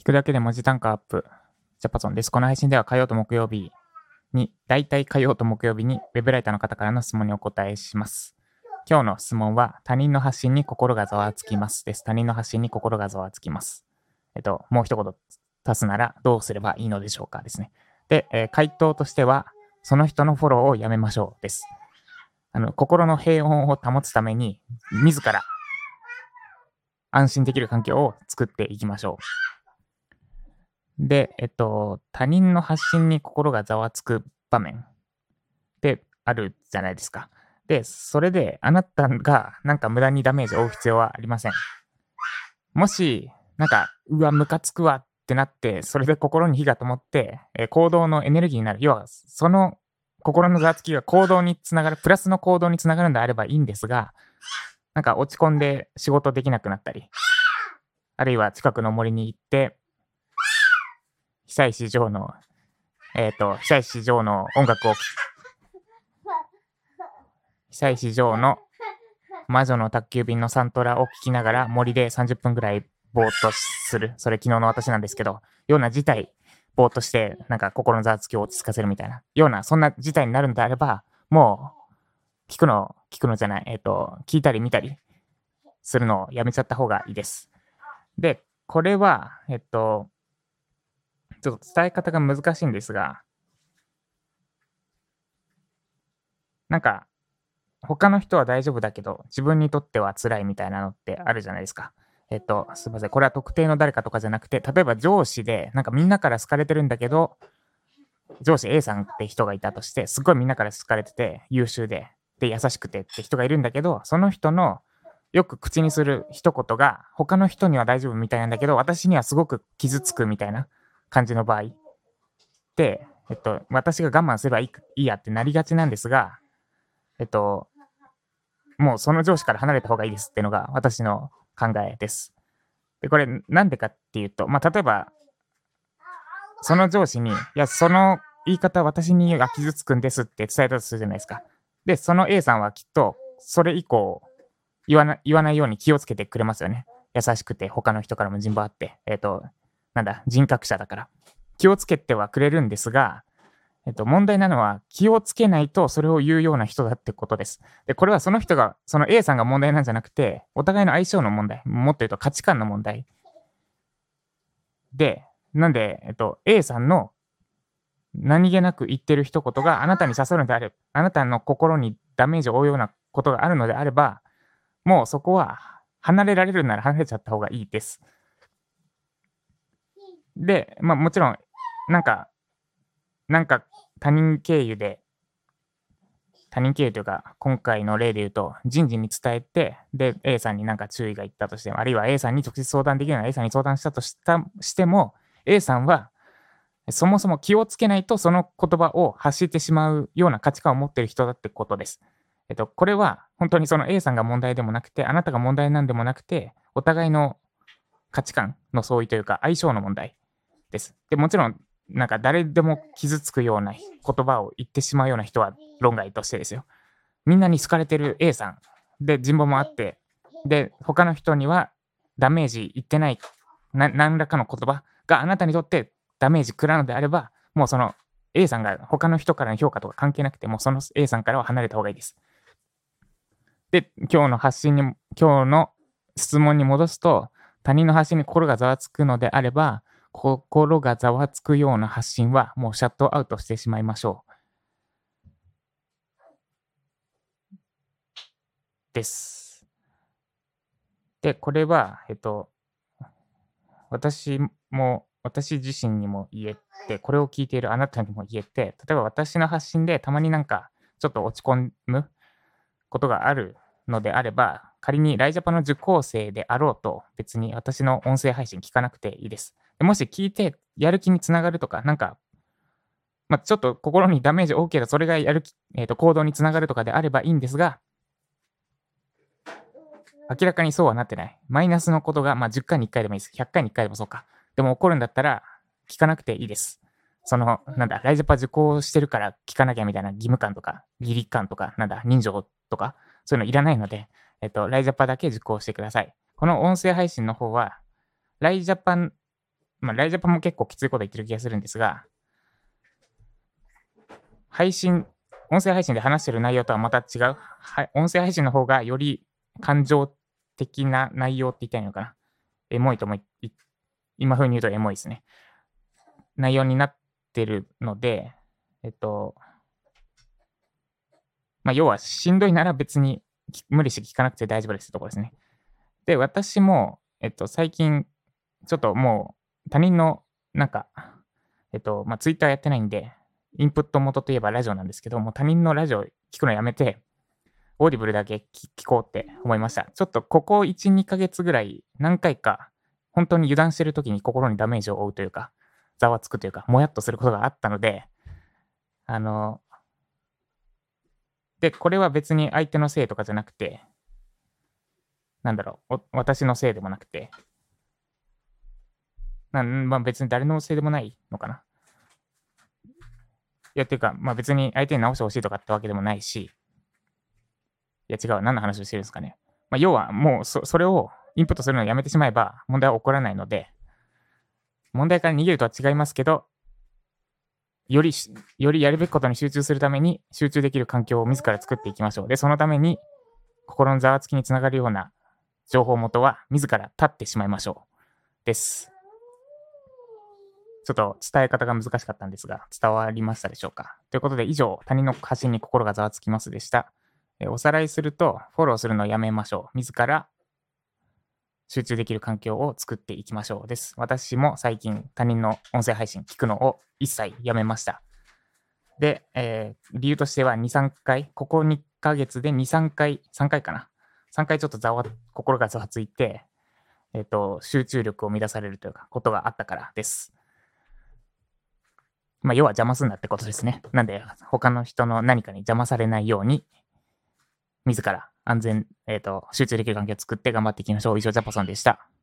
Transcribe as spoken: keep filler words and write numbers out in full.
くだけで文字単価アップ。ジャパソンです。この配信では火曜と木曜日に、だいたい火曜と木曜日にウェブライターの方からの質問にお答えします。今日の質問は、他人の発信に心がざわつきますです。他人の発信に心がざわつきます。えっと、もう一言足すならどうすればいいのでしょうかですね。で、えー回答としては、その人のフォローをやめましょうです。あの、心の平穏を保つために、自ら安心できる環境を作っていきましょう。で、えっと、他人の発信に心がざわつく場面ってあるじゃないですか。で、それであなたがなんか無駄にダメージを負う必要はありません。もし、なんか、うわ、ムカつくわってなって、それで心に火が灯って、えー行動のエネルギーになる。要は、その心のざわつきが行動につながる、プラスの行動につながるんであればいいんですが、なんか落ち込んで仕事できなくなったり、あるいは近くの森に行って、久石譲の、えっ、と、久石譲の音楽を、久石譲の魔女の宅急便のサントラを聴きながら森でさんじゅっぷんぐらいぼーっとする。それ昨日の私なんですけど、ような事態、ぼーっとして、なんか心のざわつきを落ち着かせるみたいな、ような、そんな事態になるんであれば、もう、聞くの、聞くのじゃない、えっ、と、聞いたり見たりするのをやめちゃった方がいいです。で、これは、えっと、ちょっと伝え方が難しいんですが、なんか、他の人は大丈夫だけど、自分にとっては辛いみたいなのってあるじゃないですか。えっと、すいません。これは特定の誰かとかじゃなくて、例えば上司で、なんかみんなから好かれてるんだけど、上司 A さんって人がいたとして、すっごいみんなから好かれてて、優秀で、で、優しくてって人がいるんだけど、その人のよく口にする一言が、他の人には大丈夫みたいなんだけど、私にはすごく傷つくみたいな感じの場合って、えっと、私が我慢すればいいいいやってなりがちなんですが、えっと、もうその上司から離れた方がいいですっていうのが私の考えです。で、これなんでかっていうと、まあ、例えば、その上司に、いや、その言い方私には傷つくんですって伝えたとするじゃないですか。で、その A さんはきっと、それ以降、言わな言わないように気をつけてくれますよね。優しくて、他の人からも人望あって、えっ、と、なんだ、人格者だから。気をつけてはくれるんですが、えっと、問題なのは、気をつけないとそれを言うような人だってことです。で、これはその人が、その A さんが問題なんじゃなくて、お互いの相性の問題、もっと言うと価値観の問題で、なんで、えっと、A さんの何気なく言ってる一言があなたに刺さるのであれば、あなたの心にダメージを負うようなことがあるのであれば、もうそこは離れられるなら離れちゃった方がいいです。で、まあもちろん、なんか、なんか他人経由で他人経由というか、今回の例で言うと、人事に伝えて、で、A さんになんか注意がいったとしても、あるいは A さんに直接相談できるなら A さんに相談したとしたしても、A さんはそもそも気をつけないとその言葉を発してしまうような価値観を持っている人だってことです。えっと、これは本当にその A さんが問題でもなくて、あなたが問題なんでもなくて、お互いの価値観の相違というか、相性の問題です。で、もちろん、なんか誰でも傷つくような言葉を言ってしまうような人は論外としてですよ。みんなに好かれてる A さんで人望もあって、で、他の人にはダメージいってない、な何らかの言葉があなたにとってダメージ食らうのであれば、もうその A さんが他の人からの評価とか関係なくて、もうその A さんからは離れた方がいいです。で、今日の発信に、今日の質問に戻すと、他人の発信に心がざわつくのであれば、心がざわつくような発信はもうシャットアウトしてしまいましょう。です。で、これは、えっと、私も、私自身にも言えて、これを聞いているあなたにも言えて、例えば私の発信でたまになんかちょっと落ち込むことがあるのであれば、仮にライジャパの受講生であろうと、別に私の音声配信聞かなくていいです。でもし聞いてやる気につながるとか、なんか、まあ、ちょっと心にダメージを負うけど、それがやる気、えーと、行動につながるとかであればいいんですが、明らかにそうはなってない。マイナスのことが、まあ、じゅっかいにいっかいでもいいです。ひゃっかいにいっかいでもそうか。でも起こるんだったら、聞かなくていいです。その、なんだ、ライジャパ受講してるから聞かなきゃみたいな義務感とか、義理感とか、なんだ、人情とか、そういうのいらないので、えっと、ライジャパだけ受講してください。この音声配信の方は、ライジャパン、 まあ、ライジャパも結構きついこと言ってる気がするんですが、配信、音声配信で話してる内容とはまた違う、はい、音声配信の方がより感情的な内容って言ったらいいのかな。エモいともいい今風に言うとエモいですね。内容になってるので、えっと、まあ、要はしんどいなら別にき無理して聞かなくて大丈夫ですってところですね。で、私も、えっと、最近、ちょっともう他人のなんか、えっと、まあ、ツイッターやってないんで、インプット元といえばラジオなんですけども、他人のラジオ聞くのやめて、オーディブルだけ聞聞こうって思いました。ちょっとここいち、にかげつぐらい何回か、本当に油断してる時に心にダメージを負うというか、ざわつくというか、もやっとすることがあったので、あの、で、これは別に相手のせいとかじゃなくて、なんだろう、お私のせいでもなくて、なんまあ、別に誰のせいでもないのかな。いや、っていうか、まあ別に相手に直してほしいとかってわけでもないし、いや違う、何の話をしてるんですかね。まあ、要はもうそそれをインプットするのをやめてしまえば問題は起こらないので、問題から逃げるとは違いますけど、よりしよりやるべきことに集中するために集中できる環境を自ら作っていきましょう。で、そのために心のざわつきにつながるような情報元は自ら立ってしまいましょう。です。ちょっと伝え方が難しかったんですが、伝わりましたでしょうか。ということで、以上、他人の発信に心がざわつきますでした。えおさらいすると、フォローするのをやめましょう。自ら集中できる環境を作っていきましょうです。私も最近他人の音声配信聞くのを一切やめました。で、えー理由としてはに、さんかい、ここにかげつでに、さんかい、さんかいかな。さんかいちょっとざわ、心がざわついて、えっ、と、集中力を乱されるというか、ことがあったからです。まあ、要は邪魔すんなってことですね。なんで、他の人の何かに邪魔されないように、自ら安全、えっ、と、集中できる環境を作って頑張っていきましょう。以上、ジャパソンでした。